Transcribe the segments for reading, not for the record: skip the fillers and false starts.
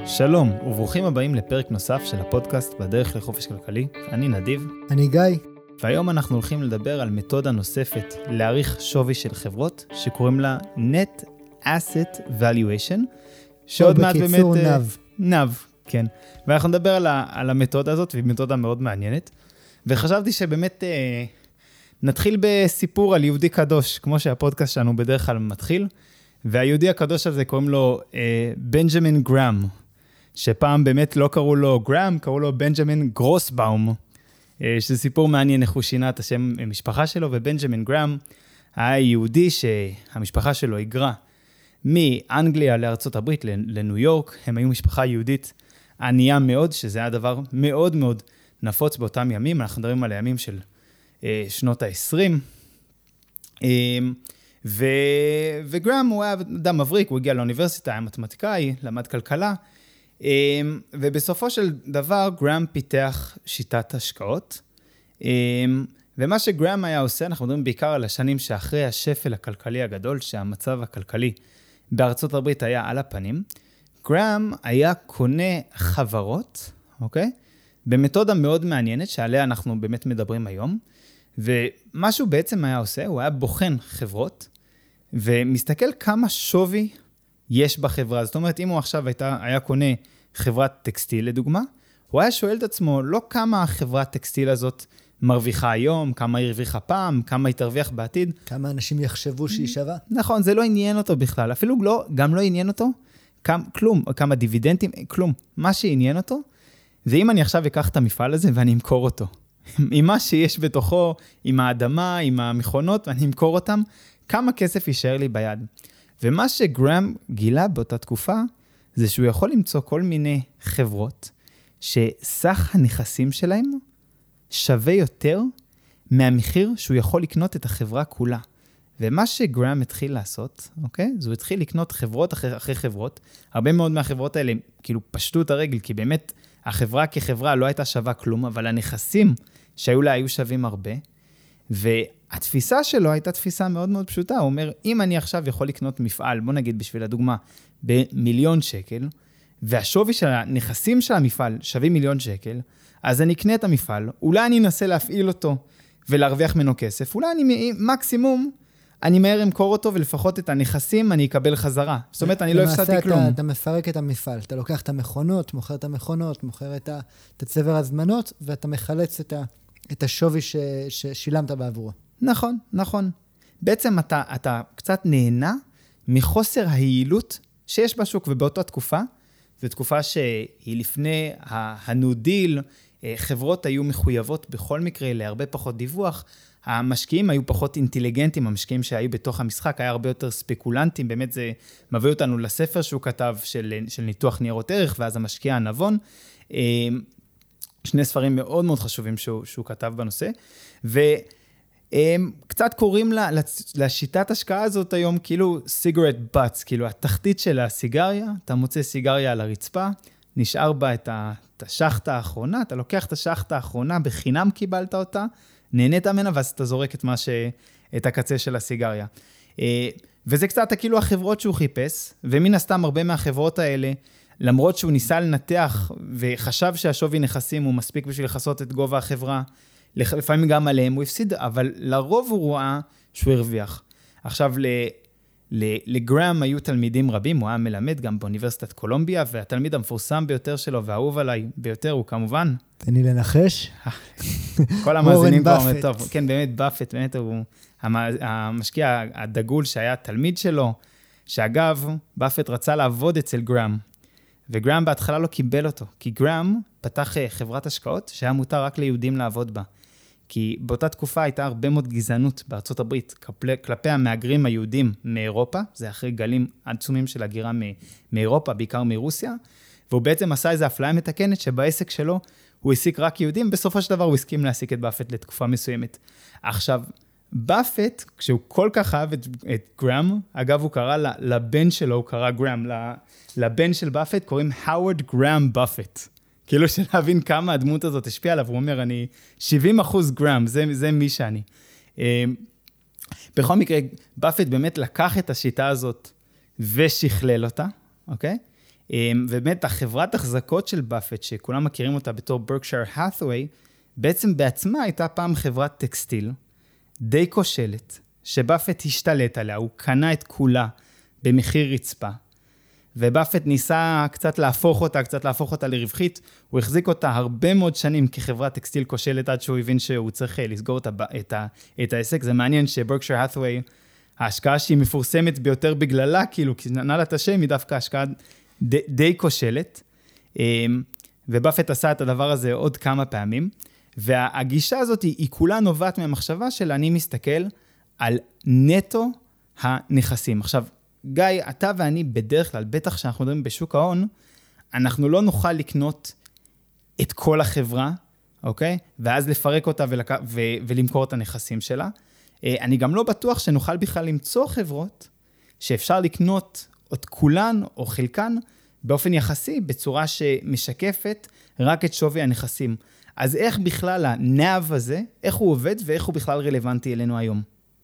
שלום וברוכים הבאים לפרק נוסף של הפודקאסט בדרך לחופש כלכלי. אני נדיב. אני גיא. והיום אנחנו הולכים לדבר על מתודה נוספת להעריך שווי של חברות שקוראים לה Net Asset Valuation. שעוד מעט באמת... בקיצור נב, כן. ואנחנו נדבר על המתודה הזאת, והיא מתודה מאוד מעניינת. וחשבתי שבאמת נתחיל בסיפור על יהודי קדוש, כמו שהפודקאסט שלנו בדרך כלל מתחיל. והיהודי הקדוש הזה קוראים לו בנג'מין גראם, שפעם באמת לא קראו לו גראם, קראו לו בנג'מין גרוסבאום, שזה סיפור מעניין איך הוא שינה את השם המשפחה שלו, ובנג'מין גראם היה יהודי שהמשפחה שלו היגרה מאנגליה לארצות הברית, לניו יורק. הם היו משפחה יהודית ענייה מאוד, שזה היה דבר מאוד מאוד נפוץ באותם ימים. אנחנו מדברים על הימים של שנות ה-20. וגראם הוא היה אדם מבריק, הוא הגיע לאוניברסיטה, היה מתמטיקאי, למד כלכלה, ובסופו של דבר גראם פיתח שיטת השקעות, ומה שגראם היה עושה, אנחנו מדברים בעיקר על השנים שאחרי השפל הכלכלי הגדול, שהמצב הכלכלי בארצות הברית היה על הפנים, גראם היה קונה חברות, אוקיי? במתודה מאוד מעניינת, שעליה אנחנו באמת מדברים היום, ומה שהוא בעצם היה עושה, הוא היה בוחן חברות, ומסתכל כמה שווי יש בחברה. זאת אומרת, אם הוא עכשיו היה קונה חברת טקסטיל, לדוגמה, הוא היה שואל את עצמו, לא כמה החברת טקסטיל הזאת מרוויחה היום, כמה היא הרוויחה פעם, כמה היא תרוויח בעתיד. כמה אנשים יחשבו שהיא שווה? נכון, זה לא עניין אותו בכלל. אפילו גם לא עניין אותו, כלום, כמה דיבידנדים, כלום. מה שעניין אותו, זה אם אני עכשיו אקח את המפעל הזה ואני אמכור אותו. עם מה שיש בתוכו, עם האדמה, עם המכונות, ואני אמכור אותם, כמה כסף יישאר לי ביד. ומה שגראם גילה באותה תקופה, זה שהוא יכול למצוא כל מיני חברות, שסך הנכסים שלהם שווה יותר מהמחיר שהוא יכול לקנות את החברה כולה. ומה שגראם התחיל לעשות, אוקיי? זה הוא התחיל לקנות חברות אחרי חברות. הרבה מאוד מהחברות האלה כאילו פשטו את הרגל, כי באמת החברה כחברה לא הייתה שווה כלום, אבל הנכסים שהיו לה היו שווים הרבה. והתפיסה שלו הייתה תפיסה מאוד מאוד פשוטה. הוא אומר, אם אני עכשיו יכול לקנות מפעל, בוא נגיד בשביל הדוגמה, ב1,000,000 שקל, והשווי של הנכסים של המפעל שווים 1,000,000 שקל, אז אני אקנה את המפעל, אולי אני אנסה להפעיל אותו ולהרוויח ממנו כסף, אולי אני מקסימום, אני מהר אמכור אותו ולפחות את הנכסים אני אקבל חזרה. זאת אומרת, אני לא הפסדתי כלום. אתה מפרק את המפעל, אתה לוקח את המכונות, מוכר את המכונות, מוכר את צבר הזמנות, ואתה מחלץ את השווי ששילמת בעבורו. נכון, נכון. בעצם אתה קצת נהנה מחוסר היעילות שיש בשוק, ובאותה תקופה, זו תקופה שהיא לפני הניו-דיל, חברות היו מחויבות בכל מקרה להרבה פחות דיווח, המשקיעים היו פחות אינטליגנטים, המשקיעים שהיו בתוך המשחק היה הרבה יותר ספקולנטים, באמת זה מביא אותנו לספר שהוא כתב של ניתוח ניירות ערך, ואז המשקיע הנבון, שני ספרים מאוד מאוד חשובים שהוא כתב בנושא, וקצת קוראים לשיטת השקעה הזאת היום כאילו סיגרט בטס, כאילו התחתית של הסיגריה, אתה מוצא סיגריה על הרצפה, נשאר בה את השחטה האחרונה, אתה לוקח את השחטה האחרונה, בחינם קיבלת אותה, נהנית ממנה, ואז אתה זורק את הקצה של הסיגריה. וזה קצת כאילו החברות שהוא חיפש, ומן הסתם הרבה מהחברות האלה, למרות שהוא ניסה לנתח, וחשב שהשווי נכסים הוא מספיק בשביל לחסות את גובה החברה, לפעמים גם עליהם הוא הפסיד, אבל לרוב הוא רואה שהוא הרוויח. עכשיו, לגראם היו תלמידים רבים, הוא היה מלמד גם באוניברסיטת קולומביה, והתלמיד המפורסם ביותר שלו, והאהוב עליי ביותר, הוא כמובן... תן לי לנחש. כל המאזינים כבר אומרים, טוב, כן, באמת באפט, באמת הוא המשקיע הדגול שהיה תלמיד שלו, שאגב, באפט רצה לעבוד אצל גראם, וגראם בהתחלה לא קיבל אותו, כי גראם פתח חברת השקעות שהיה מותר רק ליהודים לעבוד בה. כי באותה תקופה הייתה הרבה מאוד גזענות בארצות הברית, כלפי המהגרים היהודים מאירופה, זה אחרי גלים עצומים של הגירה מאירופה, בעיקר מרוסיה, והוא בעצם עשה איזו אפליה מתקנת שבעסק שלו הוא העסיק רק יהודים, בסופו של דבר הוא הסכים להעסיק את באפט לתקופה מסוימת. עכשיו, באפט, כשהוא כל כך אהב את גראם, אגב הוא קרא לבן שלו, הוא קרא גראם, לבן של באפט קוראים הווארד גראם באפט. כאילו שלהבין כמה הדמות הזאת השפיעה עליו, הוא אומר, אני 70% גראם, זה מי שאני. בכל מקרה, באפט באמת לקח את השיטה הזאת ושכלל אותה, אוקיי? ובאמת, החברת החזקות של באפט, שכולם מכירים אותה בתור ברקשייר האת'ווי, בעצם בעצמה הייתה פעם חברת טקסטיל, די כושלת, שבאפט השתלט עליה, הוא קנה את כולה במחיר רצפה, ובאפט ניסה קצת להפוך אותה לרווחית, הוא החזיק אותה הרבה מאוד שנים כחברת טקסטיל כושלת, עד שהוא הבין שהוא צריך לסגור את העסק. זה מעניין שברקשייר האת'ווי, ההשקעה שהיא מפורסמת ביותר בגללה, כאילו, כי נתנה לה את השם, היא דווקא השקעה די כושלת, ובאפט עשה את הדבר הזה עוד כמה פעמים, והגישה הזאת היא כולה נובעת מהמחשבה של אני מסתכל על נטו הנכסים. עכשיו, גיא, אתה ואני בדרך כלל, בטח שאנחנו מדברים בשוק ההון, אנחנו לא נוכל לקנות את כל החברה, אוקיי? ואז לפרק אותה ולמכור את הנכסים שלה. אני גם לא בטוח שנוכל בכלל למצוא חברות שאפשר לקנות את כולן או חלקן באופן יחסי, בצורה שמשקפת רק את שווי הנכסים. אז איך בכלל הנאב הזה, איך הוא עובד ואיך הוא בכלל רלוונטי אלינו היום?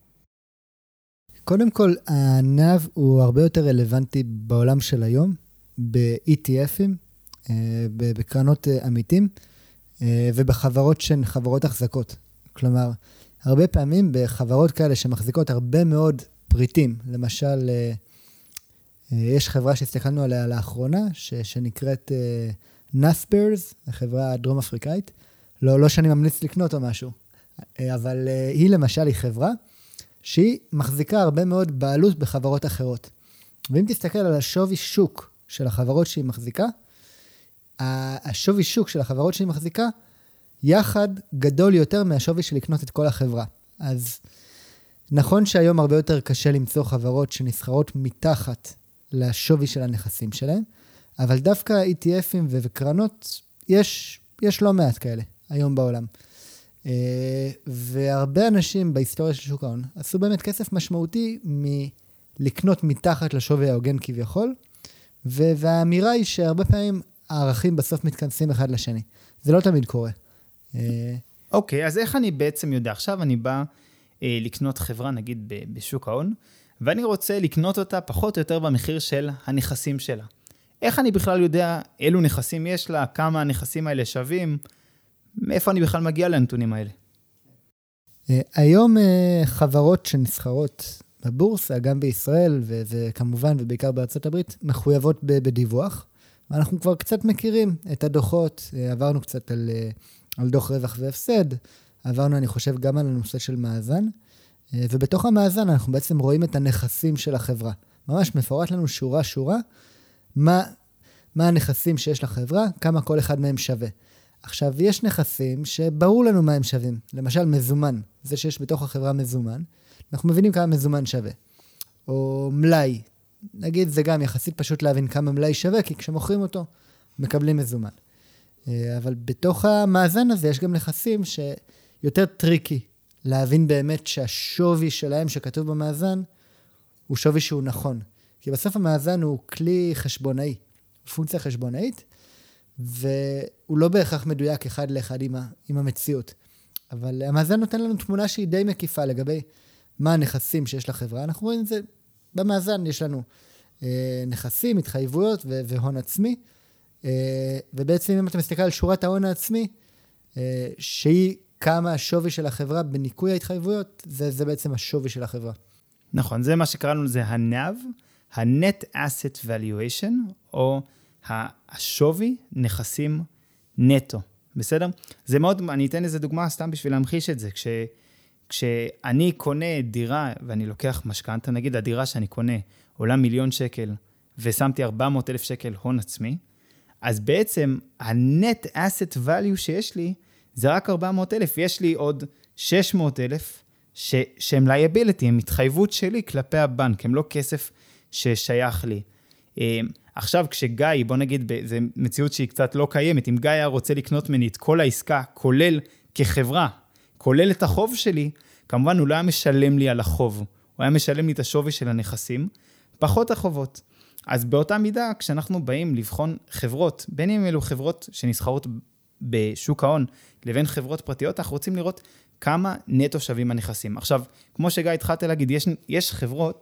קודם כל, הנאב הוא הרבה יותר רלוונטי בעולם של היום, ב-ETFים, בקרנות עמיתים, ובחברות שהן חברות החזקות. כלומר, הרבה פעמים בחברות כאלה שמחזיקות הרבה מאוד פריטים, למשל, יש חברה שהסתכלנו עליה לאחרונה, שנקראת נספרס, חברה דרום אפריקאית, לא שאני ממליץ לקנות או משהו, אבל היא למשל היא חברה, שהיא מחזיקה הרבה מאוד בעלות בחברות אחרות. ואם תסתכל על השווי שוק של החברות שהיא מחזיקה, השווי שוק של החברות שהיא מחזיקה, יחד גדול יותר מהשווי של לקנות את כל החברה. אז נכון שהיום הרבה יותר קשה למצוא חברות שנסחרות מתחת לשווי של הנכסים שלהם, אבל דווקא ETFים וקרנות, יש לא מעט כאלה היום בעולם. והרבה אנשים בהיסטוריה של שוק ההון עשו באמת כסף משמעותי מלקנות מתחת לשווי ההוגן כביכול, והאמירה היא שהרבה פעמים הערכים בסוף מתכנסים אחד לשני. זה לא תמיד קורה. אוקיי, אז איך אני בעצם יודע? עכשיו אני בא לקנות חברה, נגיד בשוק ההון, ואני רוצה לקנות אותה פחות או יותר במחיר של הנכסים שלה. איך אני בכלל יודע אילו נכסים יש לה, כמה הנכסים האלה שווים, מאיפה אני בכלל מגיע לנתונים האלה? היום חברות שנסחרות בבורסה, גם בישראל וכמובן ובעיקר בארצות הברית, מחויבות בדיווח. ואנחנו כבר קצת מכירים את הדוחות, עברנו קצת על דוח רווח והפסד, עברנו אני חושב גם על הנושא של מאזן, ובתוך המאזן אנחנו בעצם רואים את הנכסים של החברה. ממש מפורט לנו שורה, מה הנכסים שיש לחברה, כמה כל אחד מהם שווה. עכשיו, יש נכסים שברור לנו מה הם שווים. למשל, מזומן. זה שיש בתוך החברה מזומן. אנחנו מבינים כמה מזומן שווה. או מלאי. נגיד, זה גם יחסית פשוט להבין כמה מלאי שווה, כי כשמוכרים אותו, מקבלים מזומן. אבל בתוך המאזן הזה יש גם נכסים שיותר טריקי להבין באמת שהשווי שלהם שכתוב במאזן, הוא שווי שהוא נכון. כי בסוף המאזן הוא כלי חשבונאי. הוא פונקציה חשבונאית, והוא לא בהכרח מדויק אחד לאחד עם המציאות. אבל המאזן נותן לנו תמונה שהיא די מקיפה לגבי מה הנכסים שיש לחברה. אנחנו רואים את זה במאזן, יש לנו נכסים, התחייבויות והון עצמי, ובעצם אם אתה מסתכל על שורת ההון העצמי, שהיא כמה השווי של החברה בניקוי ההתחייבויות, זה בעצם השווי של החברה. נכון, זה מה שקראנו, זה ה-NAV, ה-Net Asset Valuation, או השווי נכסים נטו, בסדר? זה מאוד, אני אתן איזה דוגמה סתם בשביל להמחיש את זה, כשאני קונה דירה, ואני לוקח משכנתא, נגיד הדירה שאני קונה עולה 1,000,000 שקל, ושמתי 400,000 שקל הון עצמי, אז בעצם ה-Net Asset Value שיש לי, זה רק 400,000, יש לי עוד 600,000, שהם liability, הם התחייבות שלי כלפי הבנק, הם לא כסף ששייך לי. עכשיו כשגיא, בוא נגיד, זו מציאות שהיא קצת לא קיימת, אם גיא היה רוצה לקנות ממני את כל העסקה, כולל כחברה, כולל את החוב שלי, כמובן הוא לא היה משלם לי על החוב, הוא היה משלם לי את השווי של הנכסים, פחות החובות. אז באותה מידה, כשאנחנו באים לבחון חברות, בין אם אלו חברות שנסחרות בשוק ההון, לבין חברות פרטיות, אנחנו רוצים לראות כמה נטו שווים הנכסים. עכשיו, כמו שגיא התחלת להגיד, יש חברות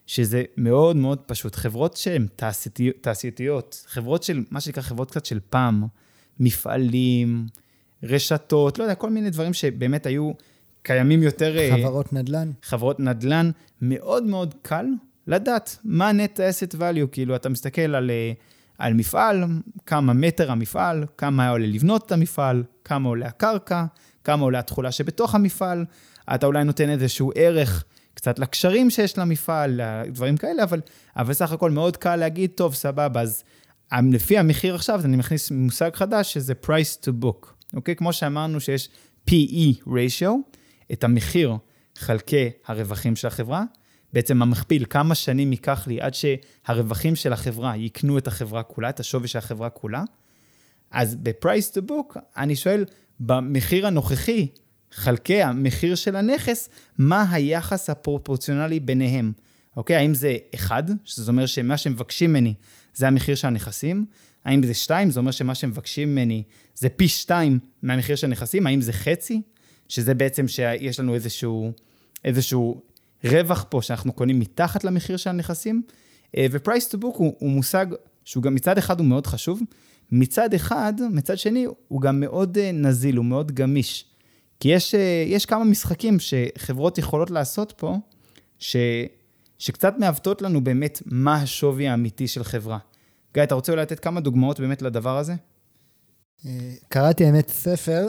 שזה מאוד מאוד פשוט. חברות שהן תעשייתיות, חברות של, מה שנקרא חברות קצת של פעם, מפעלים, רשתות, לא יודע, כל מיני דברים שבאמת היו קיימים יותר... חברות נדל"ן. חברות נדל"ן, מאוד מאוד קל לדעת מה net asset value, כאילו אתה מסתכל על מפעל, כמה מטר המפעל, כמה היה עולה לבנות את המפעל, כמה עולה הקרקע, כמה עולה התחולה שבתוך המפעל, אתה אולי נותן איזשהו ערך קצת לקשרים שיש למפעל, דברים כאלה, אבל סך הכל מאוד קל להגיד, טוב, סבבה, אז לפי המחיר עכשיו, אני מכניס מושג חדש, שזה price to book, אוקיי? כמו שאמרנו שיש PE ratio, את המחיר חלקי הרווחים של החברה, בעצם המכפיל, כמה שנים ייקח לי עד שהרווחים של החברה יקנו את החברה כולה, את השווי של החברה כולה, אז ב-price to book, אני שואל, במחיר הנוכחי, חלקי המחיר של הנכס, מה היחס הפרופורציונלי ביניהם? אוקיי? האם זה 1, שזה אומר שמה שמבקשים ממני זה המחיר של הנכסים? האם זה 2, זה אומר שמה שמבקשים ממני זה פי 2 מהמחיר של הנכסים? האם זה חצי? שזה בעצם שיש לנו איזשהו רווח פה שאנחנו קונים מתחת למחיר של הנכסים. ו-price to book הוא מושג שהוא גם מצד אחד הוא מאוד חשוב, מצד שני הוא גם מאוד נזיל, הוא מאוד גמיש. כי יש כמה משחקים שחברות יכולות לעשות פה, שקצת מעוותות לנו באמת מה השווי האמיתי של חברה. גיא, אתה רוצה אולי לתת כמה דוגמאות באמת לדבר הזה? קראתי האמת ספר,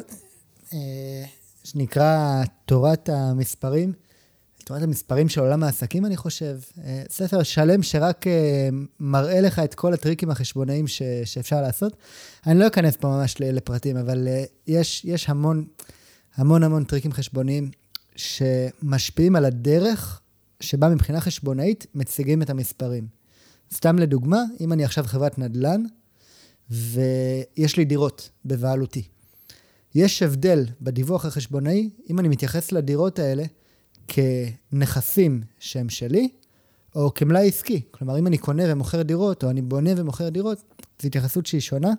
שנקרא תורת המספרים, תורת המספרים של עולם העסקים, אני חושב. ספר שלם שרק מראה לך את כל הטריקים החשבונאיים שאפשר לעשות. אני לא אכנס פה ממש לפרטים, אבל יש המון טריקים חשבוניים שמשפיעים על הדרך שבה מבחינה חשבונאית מציגים את המספרים. סתם לדוגמה, אם אני עכשיו חברת נדל"ן, ויש לי דירות בבעלותי. יש הבדל בדיווח החשבונאי, אם אני מתייחס לדירות האלה, כנכסים שהם שלי, או כמלאי עסקי. כלומר, אם אני קונה ומוכר דירות, או אני בונה ומוכר דירות, זו התייחסות שהיא שונה,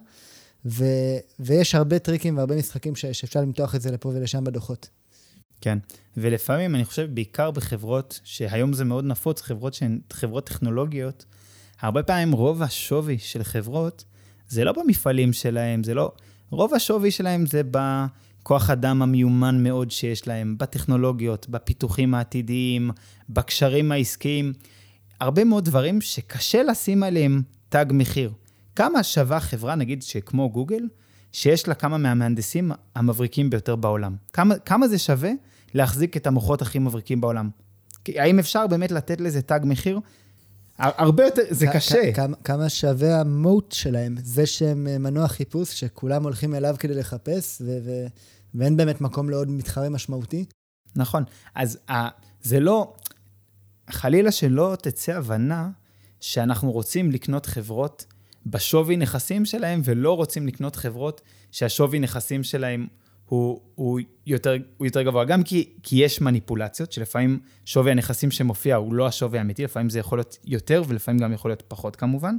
ויש הרבה טריקים והרבה משחקים שאפשר למתוח את זה לפה ולשם בדוחות. כן, ולפעמים אני חושב בעיקר בחברות, שהיום זה מאוד נפוץ, חברות שהן חברות טכנולוגיות, הרבה פעמים רוב השווי של חברות, זה לא במפעלים שלהם, רוב השווי שלהם זה בכוח אדם המיומן מאוד שיש להם, בטכנולוגיות, בפיתוחים העתידיים, בקשרים העסקיים, הרבה מאוד דברים שקשה לשים עליהם תג מחיר. כמה שווה חברה, נגיד שכמו גוגל, שיש לה כמה מהמהנדסים המבריקים ביותר בעולם? כמה זה שווה להחזיק את המוחות הכי מבריקים בעולם? האם אפשר באמת לתת לזה תג מחיר? הרבה יותר, זה קשה. כמה שווה המוט שלהם, זה שהם מנוע חיפוש, שכולם הולכים אליו כדי לחפש, ואין באמת מקום לעוד מתחרה משמעותי. נכון, אז זה לא, חלילה שלא תצא הבנה, שאנחנו רוצים לקנות חברות בשווי נכסים שלהם, ולא רוצים לקנות חברות שהשווי נכסים שלהם הוא יותר גבוה. גם כי יש מניפולציות, שלפעמים שווי הנכסים שמופיע הוא לא השווי האמיתי, לפעמים זה יכול להיות יותר, ולפעמים גם יכול להיות פחות כמובן.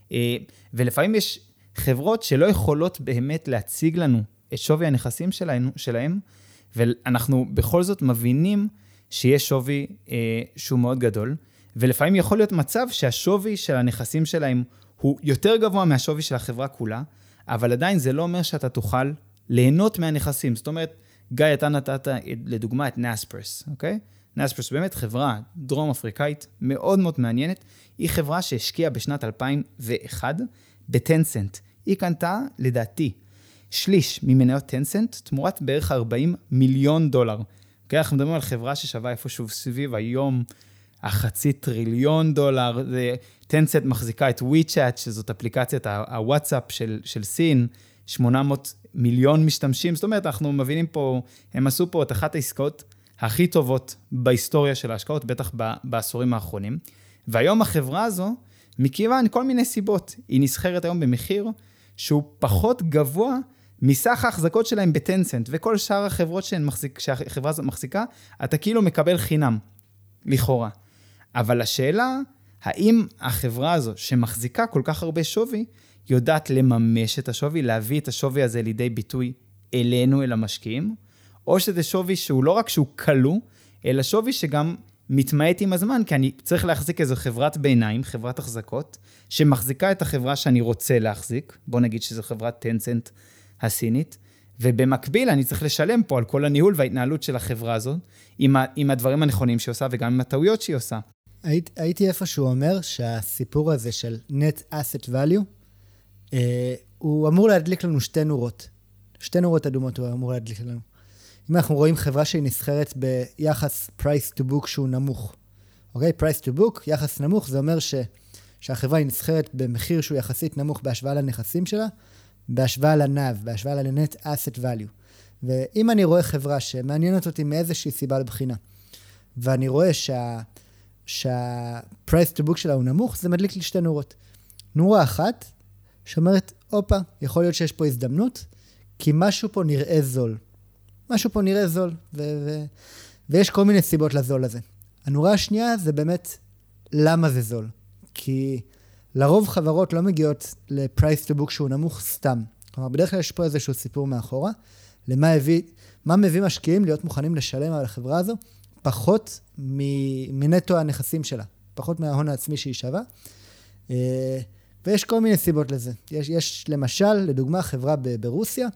ולפעמים יש חברות שלא יכולות באמת להציג לנו את שווי הנכסים שלהם, ואנחנו בכל זאת מבינים שיש שווי שהוא מאוד גדול, ולפעמים יכול להיות מצב שהשווי של הנכסים שלהם הוא יותר גבוה מהשווי של החברה כולה, אבל עדיין זה לא אומר שאתה תוכל ליהנות מהנכסים. זאת אומרת, גיא, אתה נתת לדוגמה את נאספרס, אוקיי? נאספרס באמת חברה דרום אפריקאית מאוד מאוד מעניינת. היא חברה שהשקיעה בשנת 2001 בטנסנט. היא קנתה, לדעתי, שליש ממניות טנסנט, תמורת בערך $40 מיליון. אוקיי? אנחנו מדברים על חברה ששווה איפשהו סביב היום $500 טריליון. טנסנט מחזיקה את WeChat, שזאת אפליקציית הוואטסאפ של סין, 800 מיליון משתמשים. זאת אומרת, אנחנו מבינים פה, הם עשו פה את אחת העסקאות הכי טובות בהיסטוריה של ההשקעות, בטח בעשורים האחרונים. והיום החברה הזו, מכיוון כל מיני סיבות, היא נסחרת היום במחיר שהוא פחות גבוה מסך ההחזקות שלהם בטנסנט, וכל שאר החברות שהחברה הזאת מחזיקה, אתה כאילו מקבל חינם, לכאורה. אבל השאלה, האם החברה הזו שמחזיקה כל כך הרבה שווי, יודעת לממש את השווי, להביא את השווי הזה לידי ביטוי אלינו, אל המשקיעים, או שזה שווי שהוא לא רק שהוא קלו, אלא שווי שגם מתמעט עם הזמן, כי אני צריך להחזיק איזו חברת ביניים, חברת החזקות, שמחזיקה את החברה שאני רוצה להחזיק, בוא נגיד שזו חברת טנסנט הסינית, ובמקביל אני צריך לשלם פה על כל הניהול וההתנהלות של החברה הזאת, עם הדברים הנכונים שהיא עושה וגם עם הטעויות שהיא עושה. הייתי איפשהו אומר שהסיפור הזה של net asset value, הוא אמור להדליק לנו שתי נורות אדומות הוא אמור להדליק לנו. אם אנחנו רואים חברה שהיא נסחרת ביחס price to book שהוא נמוך, אוקיי? price to book, יחס נמוך, זה אומר שהחברה היא נסחרת במחיר שהוא יחסית נמוך בהשוואה לנכסים שלה, בהשוואה לנב, בהשוואה ל-net asset value. ואם אני רואה חברה שמעניינת אותי מאיזושהי סיבה לבחינה, ואני רואה שה-price to book שלה הוא נמוך, זה מדליק לי שתי נורות. נורה אחת, שאומרת, אופה, יכול להיות שיש פה הזדמנות, כי משהו פה נראה זול. ויש כל מיני סיבות לזול הזה. הנורה השנייה זה באמת, למה זה זול? כי לרוב חברות לא מגיעות ל-price to book שהוא נמוך סתם. כלומר, בדרך כלל יש פה איזשהו סיפור מאחורה, מה מביא משקיעים להיות מוכנים לשלם על החברה הזו, פחות מנטו הנכסים שלה, פחות מההון העצמי שהיא שווה. ויש כל מיני סיבות לזה. יש למשל, לדוגמה, חברה ברוסיה,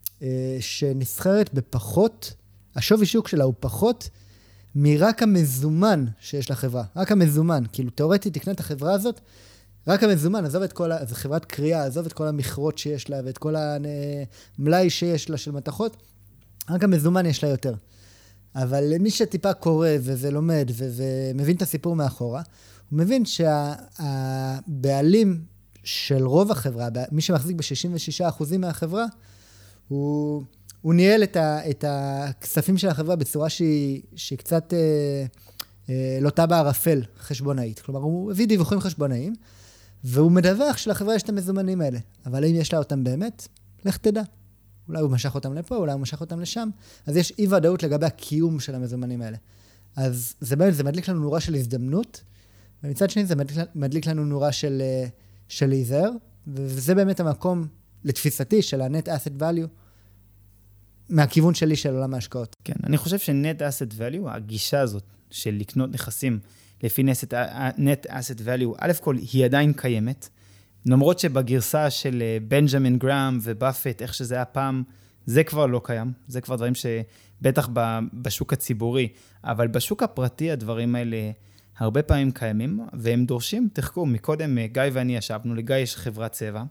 שנסחרת בפחות, השווי שוק שלה הוא פחות מרק המזומן שיש לחברה. רק המזומן. כאילו, תיאורטית, תקנה את החברה הזאת, רק המזומן, עזוב את כל זו חברת קריאה, עזוב את כל המכרות שיש לה, ואת כל המלאי שיש לה של מתכות, רק המזומן יש לה יותר. אבל מי שטיפה קורא ולומד ומבין את הסיפור מאחורה, הוא מבין שהבעלים של רוב החברה, מי שמחזיק ב-66% מהחברה, הוא ניהל את הכספים של החברה בצורה שהיא קצת לוטה בערפל חשבונאית. כלומר, הוא הביא דיווחים חשבונאיים, והוא מדווח שלחברה יש את המזומנים האלה. אבל אם יש לה אותם באמת, לך תדע. אולי הוא משך אותם לפה, אולי הוא משך אותם לשם. אז יש אי ודאות לגבי הקיום של המזומנים האלה. אז זה באמת, זה מדליק לנו נורה של הזדמנות, ומצד שני זה מדליק לנו נורה של להיזהר, וזה באמת המקום לתפיסתי של ה-net asset value, מהכיוון שלי של עולם ההשקעות. כן, אני חושב ש-net asset value, הגישה הזאת של לקנות נכסים לפי net asset value, א' כל היא עדיין קיימת, למרות שבגרסה של בנג'מין גרם ובאפט, איך שזה היה פעם, זה כבר לא קיים, זה כבר דברים שבטח בשוק הציבורי, אבל בשוק הפרטי הדברים האלה הרבה פעמים קיימים, והם דורשים תחקור. מקודם גיא ואני ישבנו, לגיא יש חברת צבע,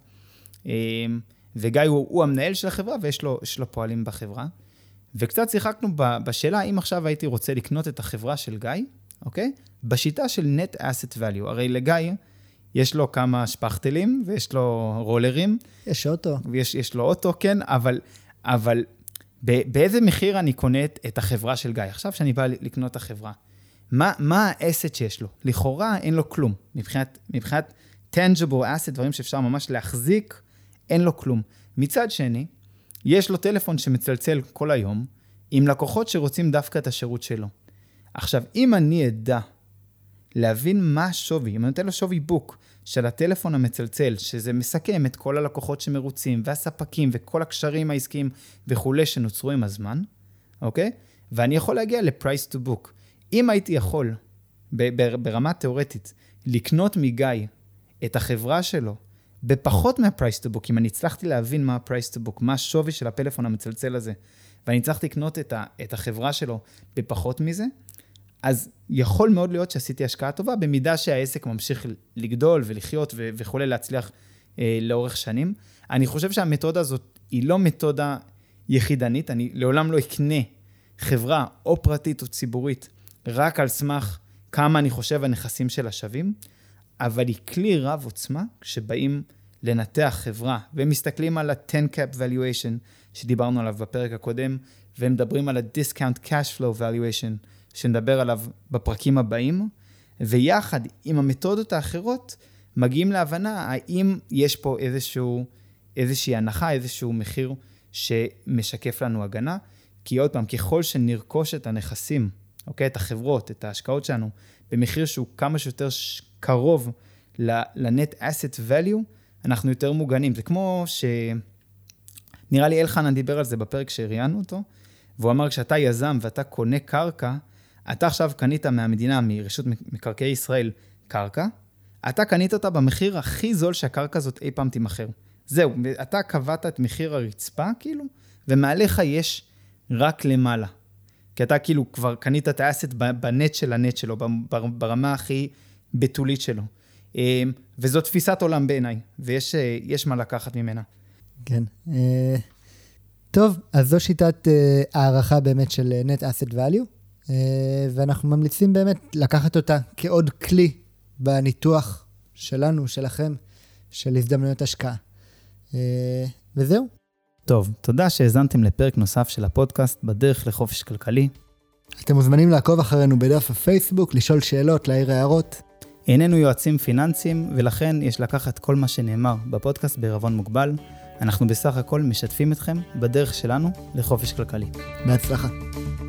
וגיא הוא המנהל של החברה, ויש לו פועלים בחברה, וקצת שיחקנו בשאלה, אם עכשיו הייתי רוצה לקנות את החברה של גיא, אוקיי? בשיטה של net asset value, הרי לגיא יש לו כמה שפכטלים, ויש לו רולרים. יש אוטו. יש לו אוטו, כן, אבל באיזה מחיר אני קונה את החברה של גיא? עכשיו שאני בא לקנות את החברה, מה האסט שיש לו? לכאורה אין לו כלום. מבחינת tangible asset, דברים שאפשר ממש להחזיק, אין לו כלום. מצד שני, יש לו טלפון שמצלצל כל היום, עם לקוחות שרוצים דווקא את השירות שלו. עכשיו, אם אני אדע להבין מה השווי, אם אני נותן לו שווי בוק של הטלפון המצלצל, שזה מסכם את כל הלקוחות שמרוצים, והספקים וכל הקשרים העסקיים וכו' שנוצרו עם הזמן, אוקיי? ואני יכול להגיע ל-price to book. אם הייתי יכול, ברמה תיאורטית, לקנות מגיא את החברה שלו, בפחות מה-price to book, אם אני הצלחתי להבין מה ה-price to book, מה השווי של הפלאפון המצלצל הזה, ואני הצלחתי לקנות את החברה שלו בפחות מזה, אז יכול מאוד להיות שעשיתי השקעה טובה, במידה שהעסק ממשיך לגדול ולחיות וכו' להצליח לאורך שנים. אני חושב שהמתודה הזאת היא לא מתודה יחידנית, אני לעולם לא אקנה חברה או פרטית או ציבורית, רק על סמך כמה אני חושב הנכסים שלה שווים, אבל היא כלי רב עוצמה, כשבאים לנתח חברה, ומסתכלים על ה-10 cap valuation, שדיברנו עליו בפרק הקודם, ומדברים על ה-discount cash flow valuation, שנדבר עליו בפרקים הבאים, ויחד עם המתודות האחרות, מגיעים להבנה האם יש פה איזושהי הנחה, איזשהו מחיר שמשקף לנו הגנה, כי עוד פעם, ככל שנרכוש את הנכסים, אוקיי, את החברות, את ההשקעות שלנו, במחיר שהוא כמה שיותר קרוב ל-net asset value, אנחנו יותר מוגנים. זה כמו נראה לי אלחנן דיבר על זה בפרק שהראיינו אותו, והוא אמר, כשאתה יזם ואתה קונה קרקע, אתה עכשיו קנית מהמדינה, מרשות מקרקעי ישראל, קרקע, אתה קנית אותה במחיר הכי זול שהקרקע הזאת אי פעם תימחר. זהו, אתה קבעת את מחיר הרצפה, כאילו, ומעליך יש רק למעלה. כי אתה כאילו כבר קנית את האסט בנט של הנט שלו, ברמה הכי בתולית שלו. וזו תפיסת עולם בעיניי, ויש מה לקחת ממנה. כן. טוב, אז זו שיטת הערכה באמת של Net Asset Value, ואנחנו ממליצים באמת לקחת אותה כעוד כלי בניתוח שלנו, שלכם, של הזדמנויות השקעה. וזהו. טוב, תודה שהזנתם לפרק נוסף של הפודקאסט בדרך לחופש כלכלי. אתם מוזמנים לעקוב אחרינו בדף הפייסבוק, לשאול שאלות, להעיר הערות. איננו יועצים פיננסיים, ולכן יש לקחת כל מה שנאמר בפודקאסט בערבון מוגבל. אנחנו בסך הכל משתפים אתכם בדרך שלנו לחופש כלכלי. בהצלחה.